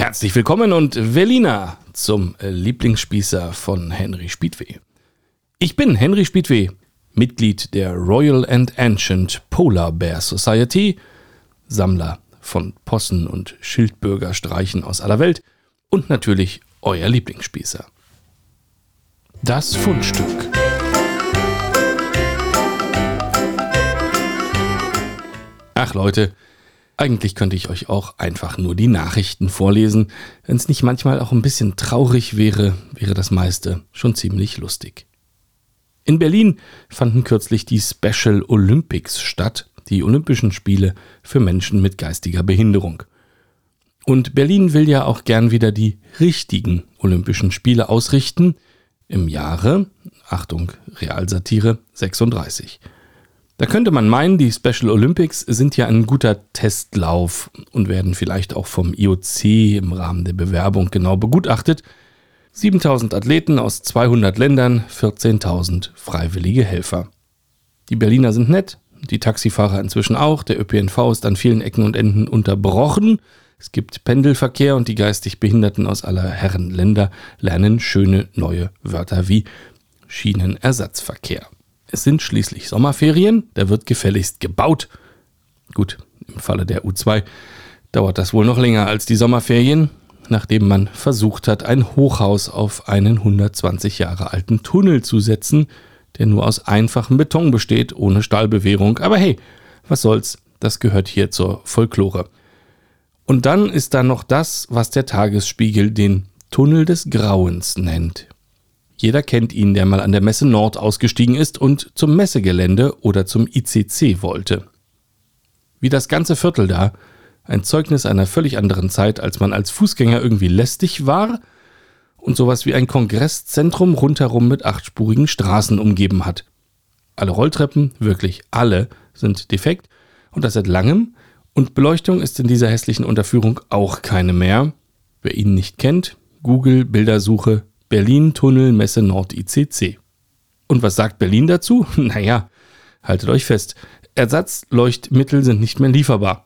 Herzlich willkommen und Velina zum Lieblingsspießer von Henry Speedway. Ich bin Henry Speedway, Mitglied der Royal and Ancient Polar Bear Society, Sammler von Possen und Schildbürgerstreichen aus aller Welt und natürlich euer Lieblingsspießer. Das Fundstück. Ach Leute, eigentlich könnte ich euch auch einfach nur die Nachrichten vorlesen. Wenn es nicht manchmal auch ein bisschen traurig wäre, wäre das meiste schon ziemlich lustig. In Berlin fanden kürzlich die Special Olympics statt, die Olympischen Spiele für Menschen mit geistiger Behinderung. Und Berlin will ja auch gern wieder die richtigen Olympischen Spiele ausrichten im Jahre, Achtung, Realsatire, 36. Da könnte man meinen, die Special Olympics sind ja ein guter Testlauf und werden vielleicht auch vom IOC im Rahmen der Bewerbung genau begutachtet. 7.000 Athleten aus 200 Ländern, 14.000 freiwillige Helfer. Die Berliner sind nett, die Taxifahrer inzwischen auch, der ÖPNV ist an vielen Ecken und Enden unterbrochen. Es gibt Pendelverkehr und die geistig Behinderten aus aller Herren Länder lernen schöne neue Wörter wie Schienenersatzverkehr. Es sind schließlich Sommerferien, da wird gefälligst gebaut. Gut, im Falle der U2 dauert das wohl noch länger als die Sommerferien, nachdem man versucht hat, ein Hochhaus auf einen 120 Jahre alten Tunnel zu setzen, der nur aus einfachem Beton besteht, ohne Stahlbewehrung. Aber hey, was soll's, das gehört hier zur Folklore. Und dann ist da noch das, was der Tagesspiegel den Tunnel des Grauens nennt. Jeder kennt ihn, der mal an der Messe Nord ausgestiegen ist und zum Messegelände oder zum ICC wollte. Wie das ganze Viertel da, ein Zeugnis einer völlig anderen Zeit, als man als Fußgänger irgendwie lästig war und sowas wie ein Kongresszentrum rundherum mit 8-spurigen Straßen umgeben hat. Alle Rolltreppen, wirklich alle, sind defekt und das seit langem und Beleuchtung ist in dieser hässlichen Unterführung auch keine mehr. Wer ihn nicht kennt, Google, Bildersuche, Berlin, Tunnel, Messe Nord, ICC. Und was sagt Berlin dazu? Naja, haltet euch fest, Ersatzleuchtmittel sind nicht mehr lieferbar.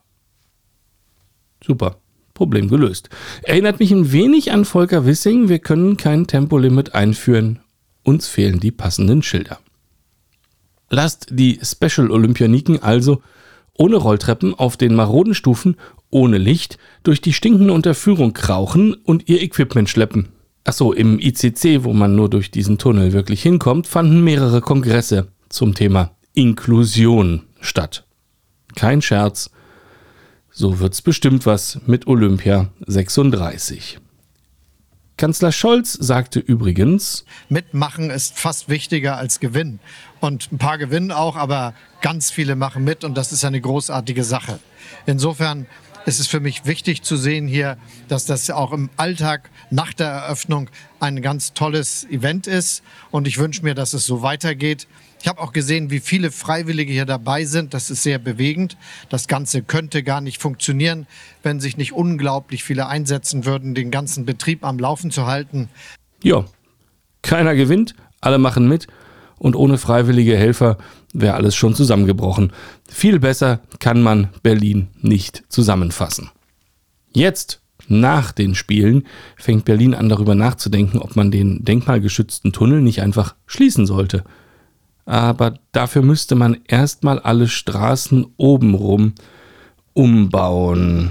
Super, Problem gelöst. Erinnert mich ein wenig an Volker Wissing, wir können kein Tempolimit einführen, uns fehlen die passenden Schilder. Lasst die Special Olympioniken also ohne Rolltreppen auf den maroden Stufen, ohne Licht, durch die stinkende Unterführung krauchen und ihr Equipment schleppen. Achso, im ICC, wo man nur durch diesen Tunnel wirklich hinkommt, fanden mehrere Kongresse zum Thema Inklusion statt. Kein Scherz, so wird's bestimmt was mit Olympia 36. Kanzler Scholz sagte übrigens: Mitmachen ist fast wichtiger als gewinnen. Und ein paar gewinnen auch, aber ganz viele machen mit und das ist eine großartige Sache. Insofern ist es für mich wichtig zu sehen hier, dass das auch im Alltag nach der Eröffnung ein ganz tolles Event ist. Und ich wünsche mir, dass es so weitergeht. Ich habe auch gesehen, wie viele Freiwillige hier dabei sind. Das ist sehr bewegend. Das Ganze könnte gar nicht funktionieren, wenn sich nicht unglaublich viele einsetzen würden, den ganzen Betrieb am Laufen zu halten. Ja, keiner gewinnt, alle machen mit. Und ohne freiwillige Helfer wäre alles schon zusammengebrochen. Viel besser kann man Berlin nicht zusammenfassen. Jetzt, nach den Spielen, fängt Berlin an, darüber nachzudenken, ob man den denkmalgeschützten Tunnel nicht einfach schließen sollte. Aber dafür müsste man erstmal alle Straßen obenrum umbauen.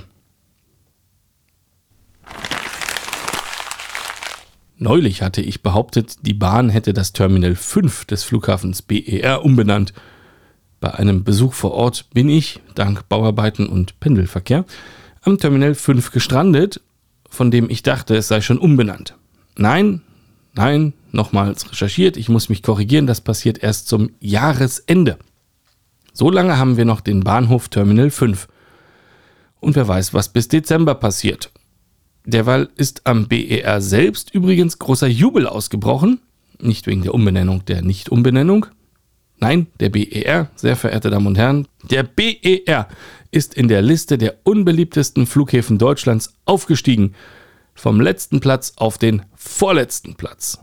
Neulich hatte ich behauptet, die Bahn hätte das Terminal 5 des Flughafens BER umbenannt. Bei einem Besuch vor Ort bin ich, dank Bauarbeiten und Pendelverkehr, am Terminal 5 gestrandet, von dem ich dachte, es sei schon umbenannt. Nein, nochmals recherchiert, ich muss mich korrigieren, das passiert erst zum Jahresende. So lange haben wir noch den Bahnhof Terminal 5. Und wer weiß, was bis Dezember passiert. Derweil ist am BER selbst übrigens großer Jubel ausgebrochen. Nicht wegen der Umbenennung der Nicht-Umbenennung. Nein, der BER, sehr verehrte Damen und Herren, der BER ist in der Liste der unbeliebtesten Flughäfen Deutschlands aufgestiegen. Vom letzten Platz auf den vorletzten Platz.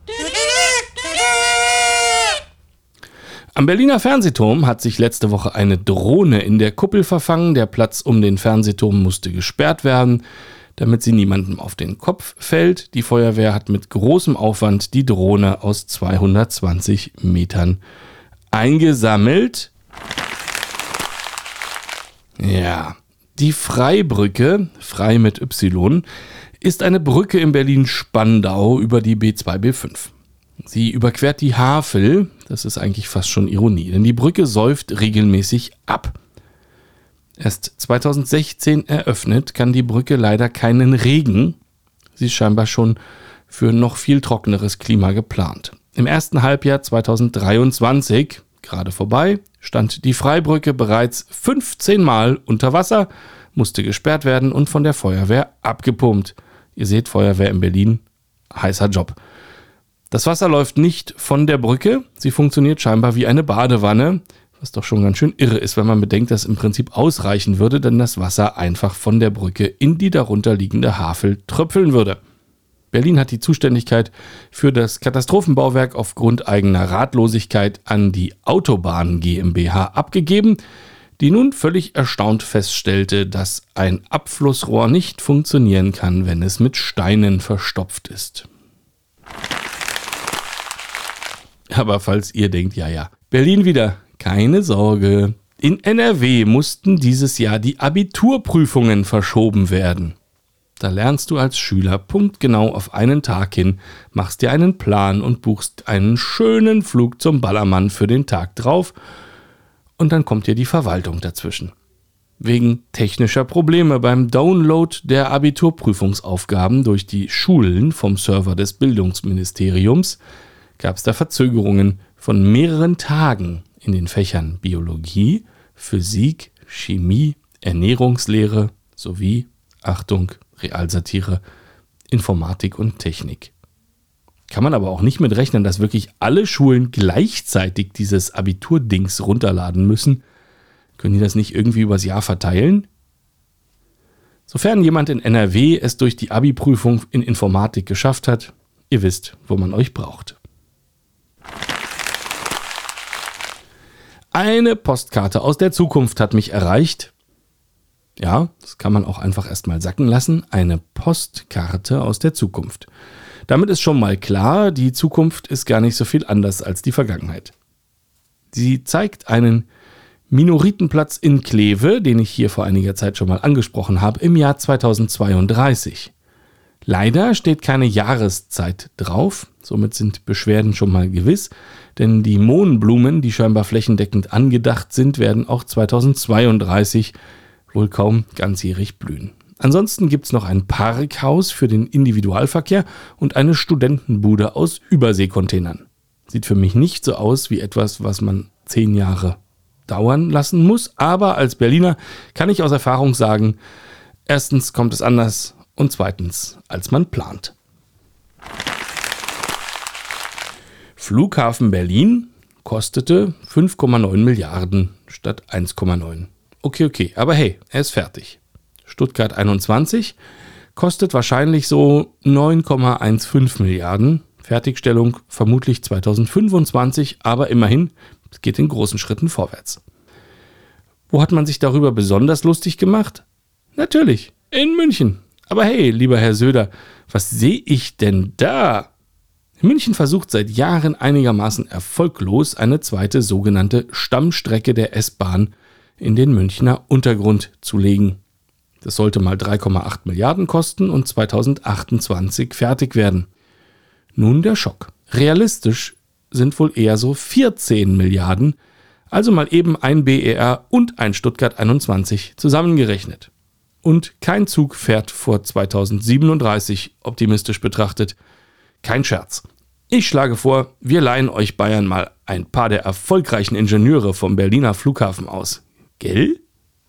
Am Berliner Fernsehturm hat sich letzte Woche eine Drohne in der Kuppel verfangen. Der Platz um den Fernsehturm musste gesperrt werden. damit sie niemandem auf den Kopf fällt. Die Feuerwehr hat mit großem Aufwand die Drohne aus 220 Metern eingesammelt. Ja, die Freibrücke, frei mit Y, ist eine Brücke in Berlin-Spandau über die B2, B5. Sie überquert die Havel, das ist eigentlich fast schon Ironie, denn die Brücke säuft regelmäßig ab. Erst 2016 eröffnet, kann die Brücke leider keinen Regen. Sie ist scheinbar schon für noch viel trockeneres Klima geplant. Im ersten Halbjahr 2023, gerade vorbei, stand die Freibrücke bereits 15 Mal unter Wasser, musste gesperrt werden und von der Feuerwehr abgepumpt. Ihr seht, Feuerwehr in Berlin, heißer Job. Das Wasser läuft nicht von der Brücke, sie funktioniert scheinbar wie eine Badewanne, was doch schon ganz schön irre ist, wenn man bedenkt, dass im Prinzip ausreichen würde, denn das Wasser einfach von der Brücke in die darunter liegende Havel tröpfeln würde. Berlin hat die Zuständigkeit für das Katastrophenbauwerk aufgrund eigener Ratlosigkeit an die Autobahn GmbH abgegeben, die nun völlig erstaunt feststellte, dass ein Abflussrohr nicht funktionieren kann, wenn es mit Steinen verstopft ist. Aber falls ihr denkt, ja, Berlin wieder, keine Sorge. In NRW mussten dieses Jahr die Abiturprüfungen verschoben werden. Da lernst du als Schüler punktgenau auf einen Tag hin, machst dir einen Plan und buchst einen schönen Flug zum Ballermann für den Tag drauf und dann kommt dir die Verwaltung dazwischen. Wegen technischer Probleme beim Download der Abiturprüfungsaufgaben durch die Schulen vom Server des Bildungsministeriums gab es da Verzögerungen von mehreren Tagen in den Fächern Biologie, Physik, Chemie, Ernährungslehre sowie, Achtung, Realsatire, Informatik und Technik. Kann man aber auch nicht mit rechnen, dass wirklich alle Schulen gleichzeitig dieses Abiturdings runterladen müssen. Können die das nicht irgendwie übers Jahr verteilen? Sofern jemand in NRW es durch die Abi-Prüfung in Informatik geschafft hat, ihr wisst, wo man euch braucht. Eine Postkarte aus der Zukunft hat mich erreicht. Ja, das kann man auch einfach erstmal sacken lassen. Eine Postkarte aus der Zukunft. Damit ist schon mal klar, die Zukunft ist gar nicht so viel anders als die Vergangenheit. Sie zeigt einen Minoritenplatz in Kleve, den ich hier vor einiger Zeit schon mal angesprochen habe, im Jahr 2032. Leider steht keine Jahreszeit drauf, somit sind Beschwerden schon mal gewiss, denn die Mohnblumen, die scheinbar flächendeckend angedacht sind, werden auch 2032 wohl kaum ganzjährig blühen. Ansonsten gibt es noch ein Parkhaus für den Individualverkehr und eine Studentenbude aus Überseekontainern. Sieht für mich nicht so aus wie etwas, was man 10 Jahre dauern lassen muss, aber als Berliner kann ich aus Erfahrung sagen, erstens kommt es anders und zweitens, als man plant. Flughafen Berlin kostete 5,9 Milliarden statt 1,9. Okay, aber hey, er ist fertig. Stuttgart 21 kostet wahrscheinlich so 9,15 Milliarden. Fertigstellung vermutlich 2025, aber immerhin, es geht in großen Schritten vorwärts. Wo hat man sich darüber besonders lustig gemacht? Natürlich, in München. Aber hey, lieber Herr Söder, was sehe ich denn da? München versucht seit Jahren einigermaßen erfolglos eine zweite sogenannte Stammstrecke der S-Bahn in den Münchner Untergrund zu legen. Das sollte mal 3,8 Milliarden kosten und 2028 fertig werden. Nun der Schock. Realistisch sind wohl eher so 14 Milliarden, also mal eben ein BER und ein Stuttgart 21 zusammengerechnet. Und kein Zug fährt vor 2037, optimistisch betrachtet. Kein Scherz. Ich schlage vor, wir leihen euch Bayern mal ein paar der erfolgreichen Ingenieure vom Berliner Flughafen aus. Gell?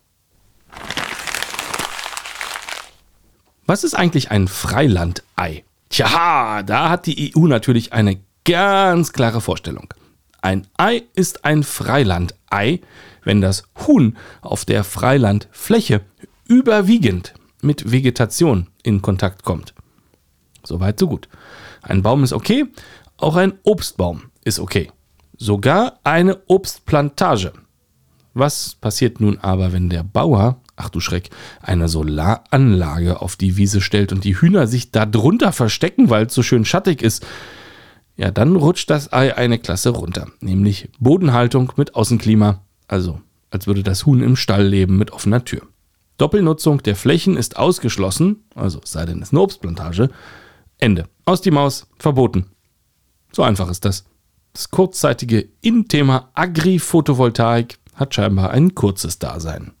Was ist eigentlich ein Freilandei? Tja, da hat die EU natürlich eine ganz klare Vorstellung. Ein Ei ist ein Freilandei, wenn das Huhn auf der Freilandfläche überwiegend mit Vegetation in Kontakt kommt. Soweit, so gut. Ein Baum ist okay, auch ein Obstbaum ist okay. Sogar eine Obstplantage. Was passiert nun aber, wenn der Bauer ach du Schreck, eine Solaranlage auf die Wiese stellt und die Hühner sich da drunter verstecken, weil es so schön schattig ist, ja, dann rutscht das Ei eine Klasse runter, nämlich Bodenhaltung mit Außenklima, also als würde das Huhn im Stall leben mit offener Tür. Doppelnutzung der Flächen ist ausgeschlossen, also es sei denn, es ist eine Obstplantage. Ende. Aus die Maus, verboten. So einfach ist das. Das kurzzeitige In-Thema Agri-Photovoltaik hat scheinbar ein kurzes Dasein.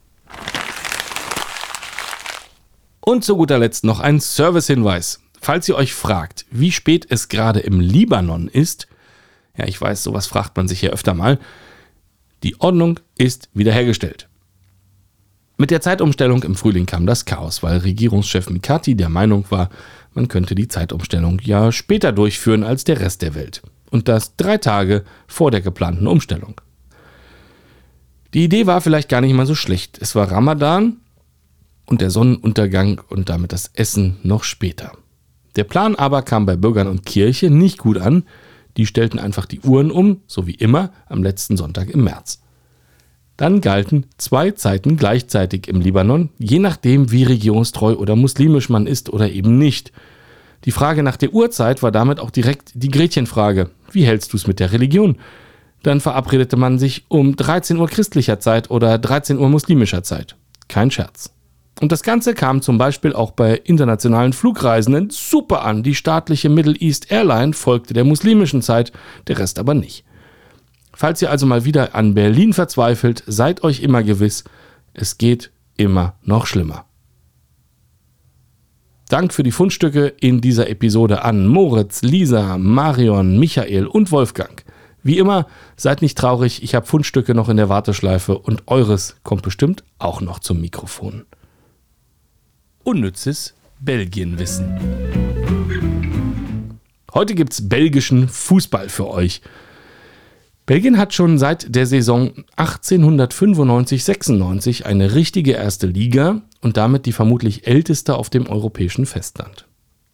Und zu guter Letzt noch ein Servicehinweis. Falls ihr euch fragt, wie spät es gerade im Libanon ist, ja, ich weiß, sowas fragt man sich ja öfter mal, die Ordnung ist wiederhergestellt. Mit der Zeitumstellung im Frühling kam das Chaos, weil Regierungschef Mikati der Meinung war, man könnte die Zeitumstellung ja später durchführen als der Rest der Welt. Und das 3 Tage vor der geplanten Umstellung. Die Idee war vielleicht gar nicht mal so schlecht. Es war Ramadan und der Sonnenuntergang und damit das Essen noch später. Der Plan aber kam bei Bürgern und Kirche nicht gut an. Die stellten einfach die Uhren um, so wie immer, am letzten Sonntag im März. Dann galten 2 Zeiten gleichzeitig im Libanon, je nachdem, wie regierungstreu oder muslimisch man ist oder eben nicht. Die Frage nach der Uhrzeit war damit auch direkt die Gretchenfrage. Wie hältst du es mit der Religion? Dann verabredete man sich um 13 Uhr christlicher Zeit oder 13 Uhr muslimischer Zeit. Kein Scherz. Und das Ganze kam zum Beispiel auch bei internationalen Flugreisenden super an. Die staatliche Middle East Airline folgte der muslimischen Zeit, der Rest aber nicht. Falls ihr also mal wieder an Berlin verzweifelt, seid euch immer gewiss, es geht immer noch schlimmer. Dank für die Fundstücke in dieser Episode an Moritz, Lisa, Marion, Michael und Wolfgang. Wie immer, seid nicht traurig, ich habe Fundstücke noch in der Warteschleife und eures kommt bestimmt auch noch zum Mikrofon. Unnützes Belgienwissen. Heute gibt's belgischen Fußball für euch. Belgien hat schon seit der Saison 1895/96 eine richtige erste Liga und damit die vermutlich älteste auf dem europäischen Festland.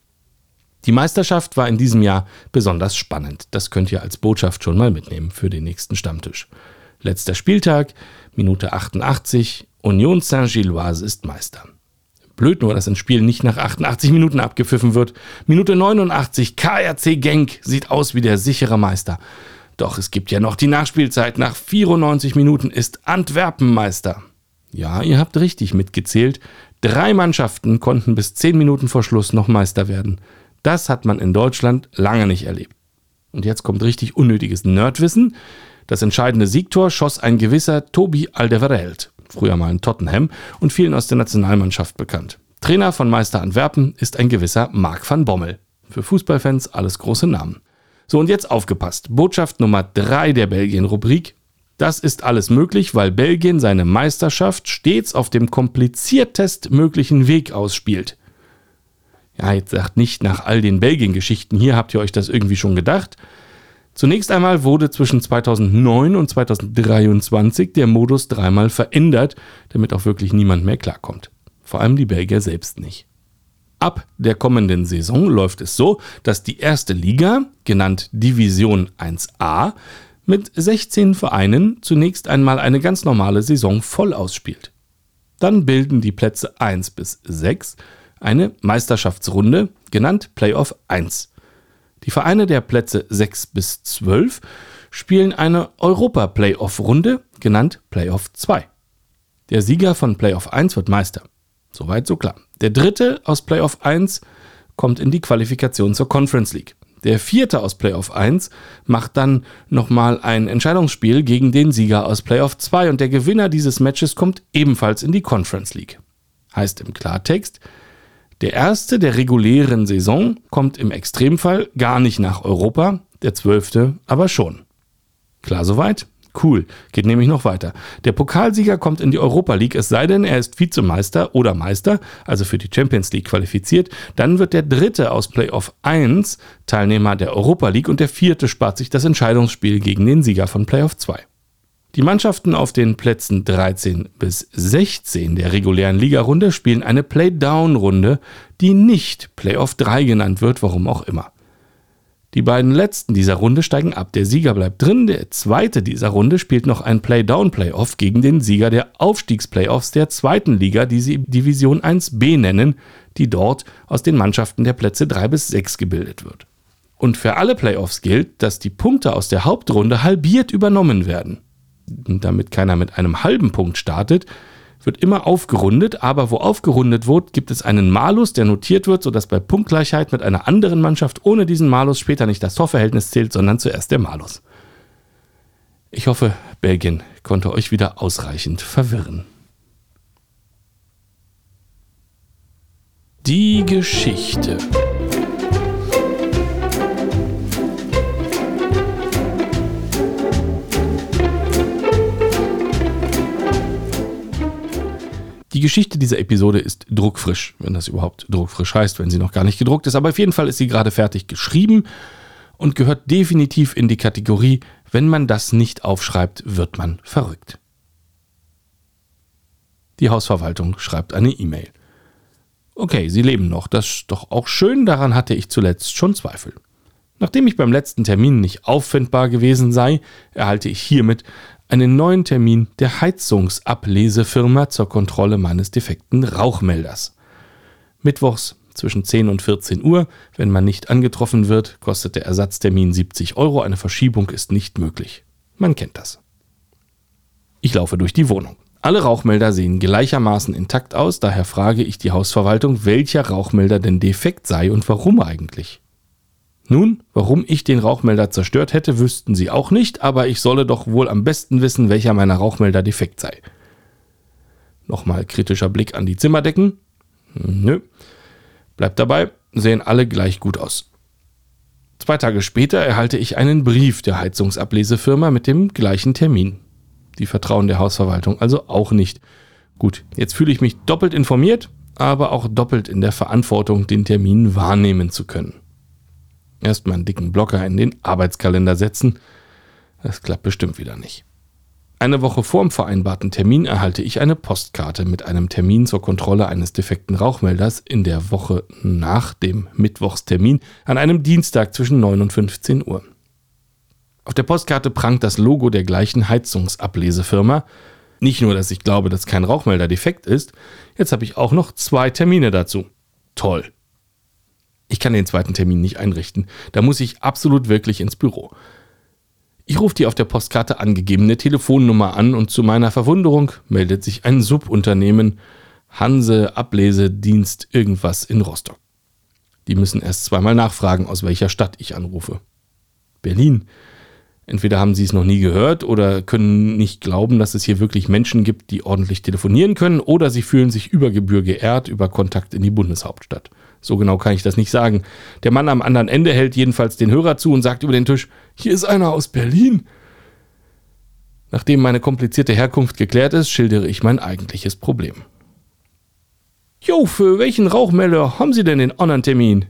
Die Meisterschaft war in diesem Jahr besonders spannend. Das könnt ihr als Botschaft schon mal mitnehmen für den nächsten Stammtisch. Letzter Spieltag, Minute 88, Union Saint-Gilloise ist Meister. Blöd nur, dass ein Spiel nicht nach 88 Minuten abgepfiffen wird. Minute 89, KRC Genk sieht aus wie der sichere Meister. Doch es gibt ja noch die Nachspielzeit. Nach 94 Minuten ist Antwerpen Meister. Ja, ihr habt richtig mitgezählt. 3 Mannschaften konnten bis 10 Minuten vor Schluss noch Meister werden. Das hat man in Deutschland lange nicht erlebt. Und jetzt kommt richtig unnötiges Nerdwissen. Das entscheidende Siegtor schoss ein gewisser Toby Alderweireld, früher mal in Tottenham und vielen aus der Nationalmannschaft bekannt. Trainer von Meister Antwerpen ist ein gewisser Mark van Bommel. Für Fußballfans alles große Namen. So, und jetzt aufgepasst. Botschaft Nummer 3 der Belgien-Rubrik. Das ist alles möglich, weil Belgien seine Meisterschaft stets auf dem kompliziertest möglichen Weg ausspielt. Ja, jetzt sagt nicht nach all den Belgien-Geschichten hier, habt ihr euch das irgendwie schon gedacht? Zunächst einmal wurde zwischen 2009 und 2023 der Modus 3-mal verändert, damit auch wirklich niemand mehr klarkommt. Vor allem die Belgier selbst nicht. Ab der kommenden Saison läuft es so, dass die erste Liga, genannt Division 1a, mit 16 Vereinen zunächst einmal eine ganz normale Saison voll ausspielt. Dann bilden die Plätze 1 bis 6 eine Meisterschaftsrunde, genannt Playoff 1. Die Vereine der Plätze 6 bis 12 spielen eine Europa-Playoff-Runde, genannt Playoff 2. Der Sieger von Playoff 1 wird Meister. Soweit so klar. Der dritte aus Playoff 1 kommt in die Qualifikation zur Conference League. Der vierte aus Playoff 1 macht dann nochmal ein Entscheidungsspiel gegen den Sieger aus Playoff 2 und der Gewinner dieses Matches kommt ebenfalls in die Conference League. Heißt im Klartext, der erste der regulären Saison kommt im Extremfall gar nicht nach Europa, der 12. aber schon. Klar soweit? Cool, geht nämlich noch weiter. Der Pokalsieger kommt in die Europa League, es sei denn, er ist Vizemeister oder Meister, also für die Champions League qualifiziert. Dann wird der dritte aus Playoff 1 Teilnehmer der Europa League und der vierte spart sich das Entscheidungsspiel gegen den Sieger von Playoff 2. Die Mannschaften auf den Plätzen 13 bis 16 der regulären Ligarunde spielen eine Playdown-Runde, die nicht Playoff 3 genannt wird, warum auch immer. Die beiden letzten dieser Runde steigen ab. Der Sieger bleibt drin. Der zweite dieser Runde spielt noch ein Play-Down-Playoff gegen den Sieger der Aufstiegsplayoffs der zweiten Liga, die sie Division 1b nennen, die dort aus den Mannschaften der Plätze 3 bis 6 gebildet wird. Und für alle Playoffs gilt, dass die Punkte aus der Hauptrunde halbiert übernommen werden. Damit keiner mit einem halben Punkt startet, wird immer aufgerundet, aber wo aufgerundet wird, gibt es einen Malus, der notiert wird, sodass bei Punktgleichheit mit einer anderen Mannschaft ohne diesen Malus später nicht das Torverhältnis zählt, sondern zuerst der Malus. Ich hoffe, Belgien konnte euch wieder ausreichend verwirren. Die Geschichte. Die Geschichte dieser Episode ist druckfrisch, wenn das überhaupt druckfrisch heißt, wenn sie noch gar nicht gedruckt ist. Aber auf jeden Fall ist sie gerade fertig geschrieben und gehört definitiv in die Kategorie, wenn man das nicht aufschreibt, wird man verrückt. Die Hausverwaltung schreibt eine E-Mail. Okay, sie leben noch, das ist doch auch schön, daran hatte ich zuletzt schon Zweifel. Nachdem ich beim letzten Termin nicht auffindbar gewesen sei, erhalte ich hiermit einen neuen Termin der Heizungsablesefirma zur Kontrolle meines defekten Rauchmelders. Mittwochs zwischen 10 und 14 Uhr, wenn man nicht angetroffen wird, kostet der Ersatztermin 70 €, eine Verschiebung ist nicht möglich. Man kennt das. Ich laufe durch die Wohnung. Alle Rauchmelder sehen gleichermaßen intakt aus, daher frage ich die Hausverwaltung, welcher Rauchmelder denn defekt sei und warum eigentlich. Nun, warum ich den Rauchmelder zerstört hätte, wüssten sie auch nicht, aber ich solle doch wohl am besten wissen, welcher meiner Rauchmelder defekt sei. Nochmal kritischer Blick an die Zimmerdecken. Nö. Bleibt dabei, sehen alle gleich gut aus. 2 Tage später erhalte ich einen Brief der Heizungsablesefirma mit dem gleichen Termin. Die vertrauen der Hausverwaltung also auch nicht. Gut, jetzt fühle ich mich doppelt informiert, aber auch doppelt in der Verantwortung, den Termin wahrnehmen zu können. Erstmal einen dicken Blocker in den Arbeitskalender setzen. Das klappt bestimmt wieder nicht. Eine Woche vor dem vereinbarten Termin erhalte ich eine Postkarte mit einem Termin zur Kontrolle eines defekten Rauchmelders in der Woche nach dem Mittwochstermin an einem Dienstag zwischen 9 und 15 Uhr. Auf der Postkarte prangt das Logo der gleichen Heizungsablesefirma. Nicht nur, dass ich glaube, dass kein Rauchmelder defekt ist, jetzt habe ich auch noch 2 Termine dazu. Toll. Ich kann den zweiten Termin nicht einrichten. Da muss ich absolut wirklich ins Büro. Ich rufe die auf der Postkarte angegebene Telefonnummer an und zu meiner Verwunderung meldet sich ein Subunternehmen, Hanse Ablesedienst irgendwas in Rostock. Die müssen erst zweimal nachfragen, aus welcher Stadt ich anrufe. Berlin. Entweder haben sie es noch nie gehört oder können nicht glauben, dass es hier wirklich Menschen gibt, die ordentlich telefonieren können, oder sie fühlen sich über Gebühr geehrt über Kontakt in die Bundeshauptstadt. So genau kann ich das nicht sagen. Der Mann am anderen Ende hält jedenfalls den Hörer zu und sagt über den Tisch, hier ist einer aus Berlin. Nachdem meine komplizierte Herkunft geklärt ist, schildere ich mein eigentliches Problem. Jo, für welchen Rauchmelder haben Sie denn den anderen Termin?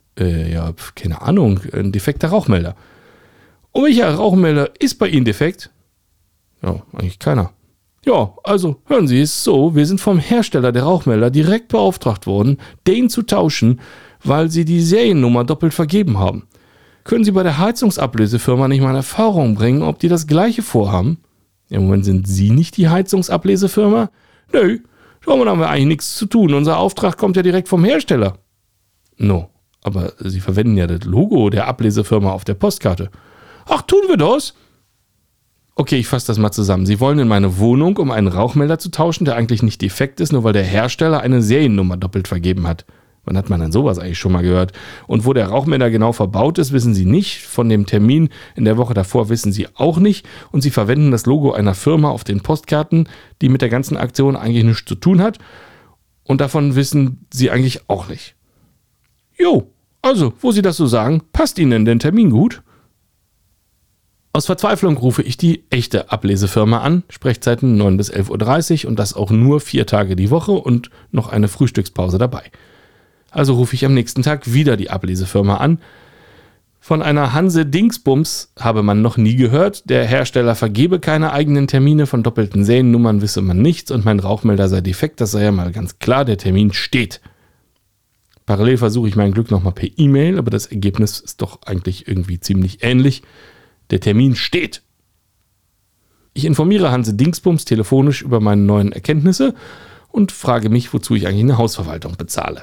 Keine Ahnung, ein defekter Rauchmelder. Und welcher Rauchmelder ist bei Ihnen defekt? Ja, eigentlich keiner. Ja, also hören Sie es so, wir sind vom Hersteller der Rauchmelder direkt beauftragt worden, den zu tauschen, weil Sie die Seriennummer doppelt vergeben haben. Können Sie bei der Heizungsablesefirma nicht mal in Erfahrung bringen, ob die das gleiche vorhaben? Im Moment sind Sie nicht die Heizungsablesefirma? Nö, damit haben wir eigentlich nichts zu tun, unser Auftrag kommt ja direkt vom Hersteller. No, aber Sie verwenden ja das Logo der Ablesefirma auf der Postkarte. Ach, tun wir das? Okay, ich fasse das mal zusammen. Sie wollen in meine Wohnung, um einen Rauchmelder zu tauschen, der eigentlich nicht defekt ist, nur weil der Hersteller eine Seriennummer doppelt vergeben hat. Wann hat man denn sowas eigentlich schon mal gehört? Und wo der Rauchmelder genau verbaut ist, wissen Sie nicht. Von dem Termin in der Woche davor wissen Sie auch nicht. Und Sie verwenden das Logo einer Firma auf den Postkarten, die mit der ganzen Aktion eigentlich nichts zu tun hat. Und davon wissen Sie eigentlich auch nicht. Jo, also, wo Sie das so sagen, passt Ihnen denn der Termin gut? Aus Verzweiflung rufe ich die echte Ablesefirma an, Sprechzeiten 9 bis 11:30 Uhr und das auch nur 4 Tage die Woche und noch eine Frühstückspause dabei. Also rufe ich am nächsten Tag wieder die Ablesefirma an. Von einer Hanse Dingsbums habe man noch nie gehört, der Hersteller vergebe keine eigenen Termine, von doppelten Seriennummern wisse man nichts und mein Rauchmelder sei defekt, das sei ja mal ganz klar, der Termin steht. Parallel versuche ich mein Glück nochmal per E-Mail, aber das Ergebnis ist doch eigentlich irgendwie ziemlich ähnlich. Der Termin steht. Ich informiere Hanse Dingsbums telefonisch über meine neuen Erkenntnisse und frage mich, wozu ich eigentlich eine Hausverwaltung bezahle.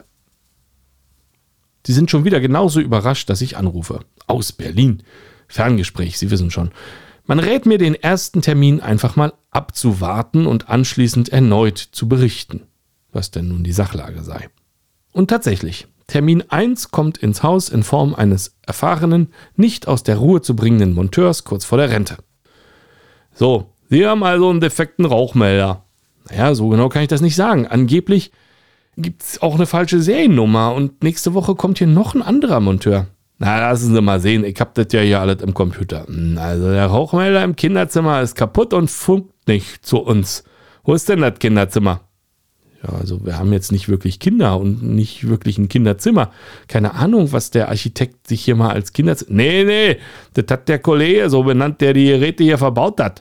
Sie sind schon wieder genauso überrascht, dass ich anrufe. Aus Berlin. Ferngespräch, Sie wissen schon. Man rät mir, den ersten Termin einfach mal abzuwarten und anschließend erneut zu berichten, was denn nun die Sachlage sei. Und tatsächlich, Termin 1 kommt ins Haus in Form eines erfahrenen, nicht aus der Ruhe zu bringenden Monteurs kurz vor der Rente. So, Sie haben also einen defekten Rauchmelder. Naja, so genau kann ich das nicht sagen. Angeblich gibt es auch eine falsche Seriennummer und nächste Woche kommt hier noch ein anderer Monteur. Na, lassen Sie mal sehen, ich hab das ja hier alles im Computer. Also der Rauchmelder im Kinderzimmer ist kaputt und funkt nicht zu uns. Wo ist denn das Kinderzimmer? Ja, also wir haben jetzt nicht wirklich Kinder und nicht wirklich ein Kinderzimmer. Keine Ahnung, was der Architekt sich hier mal als Kinderzimmer... Nee, das hat der Kollege so benannt, der die Geräte hier verbaut hat.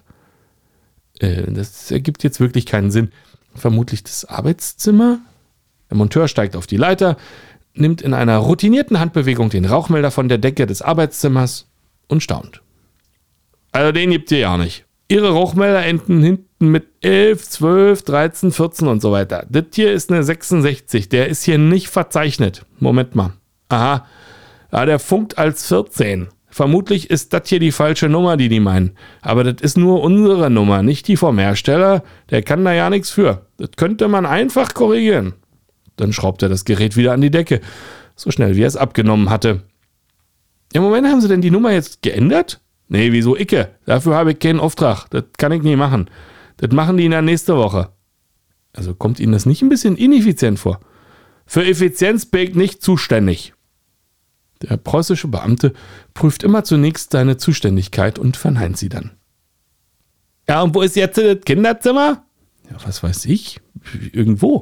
Das ergibt jetzt wirklich keinen Sinn. Vermutlich das Arbeitszimmer? Der Monteur steigt auf die Leiter, nimmt in einer routinierten Handbewegung den Rauchmelder von der Decke des Arbeitszimmers und staunt. Also den gibt's hier ja nicht. Ihre Rauchmelder enden hinten mit 11, 12, 13, 14 und so weiter. Das hier ist eine 66, der ist hier nicht verzeichnet. Moment mal. Aha, ja, der funkt als 14. Vermutlich ist das hier die falsche Nummer, die meinen. Aber das ist nur unsere Nummer, nicht die vom Hersteller. Der kann da ja nichts für. Das könnte man einfach korrigieren. Dann schraubt er das Gerät wieder an die Decke. So schnell, wie er es abgenommen hatte. Im Moment haben Sie denn die Nummer jetzt geändert? Nee, wieso Icke? Dafür habe ich keinen Auftrag. Das kann ich nie machen. Das machen die in der nächsten Woche. Also kommt Ihnen das nicht ein bisschen ineffizient vor? Für Effizienz bin ich nicht zuständig. Der preußische Beamte prüft immer zunächst seine Zuständigkeit und verneint sie dann. Ja, und wo ist jetzt das Kinderzimmer? Ja, was weiß ich? Irgendwo.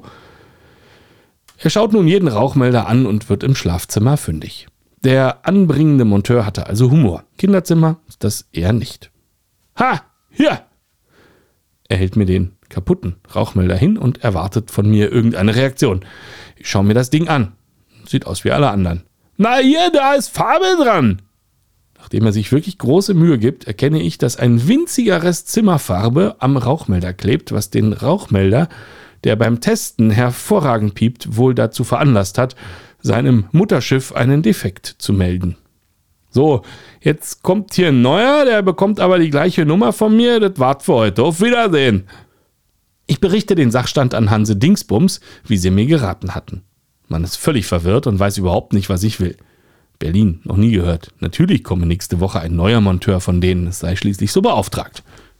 Er schaut nun jeden Rauchmelder an und wird im Schlafzimmer fündig. Der anbringende Monteur hatte also Humor. Kinderzimmer, das eher nicht. Ha, hier! Er hält mir den kaputten Rauchmelder hin und erwartet von mir irgendeine Reaktion. Ich schaue mir das Ding an. Sieht aus wie alle anderen. Na hier, da ist Farbe dran! Nachdem er sich wirklich große Mühe gibt, erkenne ich, dass ein winziger Rest Zimmerfarbe am Rauchmelder klebt, was den Rauchmelder, der beim Testen hervorragend piept, wohl dazu veranlasst hat, seinem Mutterschiff einen Defekt zu melden. So, jetzt kommt hier ein neuer, der bekommt aber die gleiche Nummer von mir, das war's für heute. Auf Wiedersehen! Ich berichte den Sachstand an Hanse Dingsbums, wie sie mir geraten hatten. Man ist völlig verwirrt und weiß überhaupt nicht, was ich will. Berlin, noch nie gehört. Natürlich komme nächste Woche ein neuer Monteur von denen, es sei schließlich so beauftragt.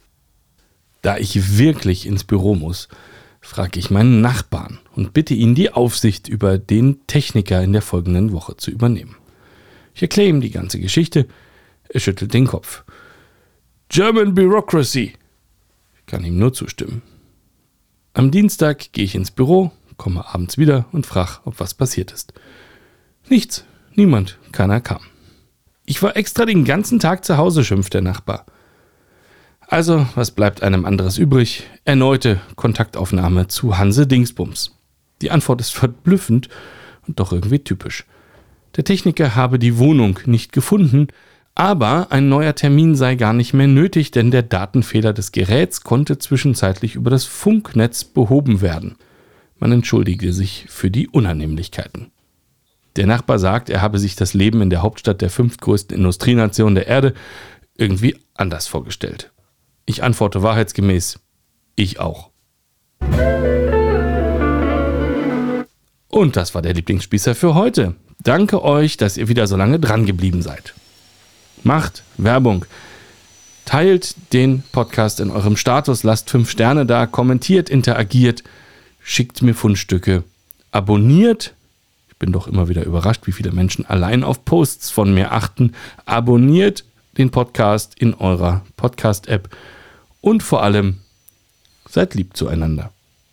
Da ich wirklich ins Büro muss, frage ich meinen Nachbarn und bitte ihn, die Aufsicht über den Techniker in der folgenden Woche zu übernehmen. Ich erkläre ihm die ganze Geschichte. Er schüttelt den Kopf. German Bureaucracy. Ich kann ihm nur zustimmen. Am Dienstag gehe ich ins Büro, komme abends wieder und frage, ob was passiert ist. Nichts, niemand, keiner kam. Ich war extra den ganzen Tag zu Hause, schimpft der Nachbar. Also, was bleibt einem anderes übrig? Erneute Kontaktaufnahme zu Hanse Dingsbums. Die Antwort ist verblüffend und doch irgendwie typisch. Der Techniker habe die Wohnung nicht gefunden, aber ein neuer Termin sei gar nicht mehr nötig, denn der Datenfehler des Geräts konnte zwischenzeitlich über das Funknetz behoben werden. Man entschuldige sich für die Unannehmlichkeiten. Der Nachbar sagt, er habe sich das Leben in der Hauptstadt der 5. größten Industrienation der Erde irgendwie anders vorgestellt. Ich antworte wahrheitsgemäß, ich auch. Und das war der Lieblingsspießer für heute. Danke euch, dass ihr wieder so lange dran geblieben seid. Macht Werbung. Teilt den Podcast in eurem Status, lasst 5 Sterne da, kommentiert, interagiert, schickt mir Fundstücke, abonniert. Ich bin doch immer wieder überrascht, wie viele Menschen allein auf Posts von mir achten. Abonniert den Podcast in eurer Podcast-App und vor allem seid lieb zueinander.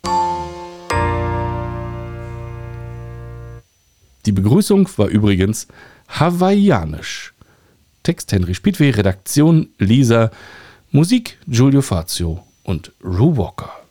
Die Begrüßung war übrigens hawaiianisch. Text Henry Spiedweh, Redaktion Lisa, Musik Giulio Fazio und Ru Walker.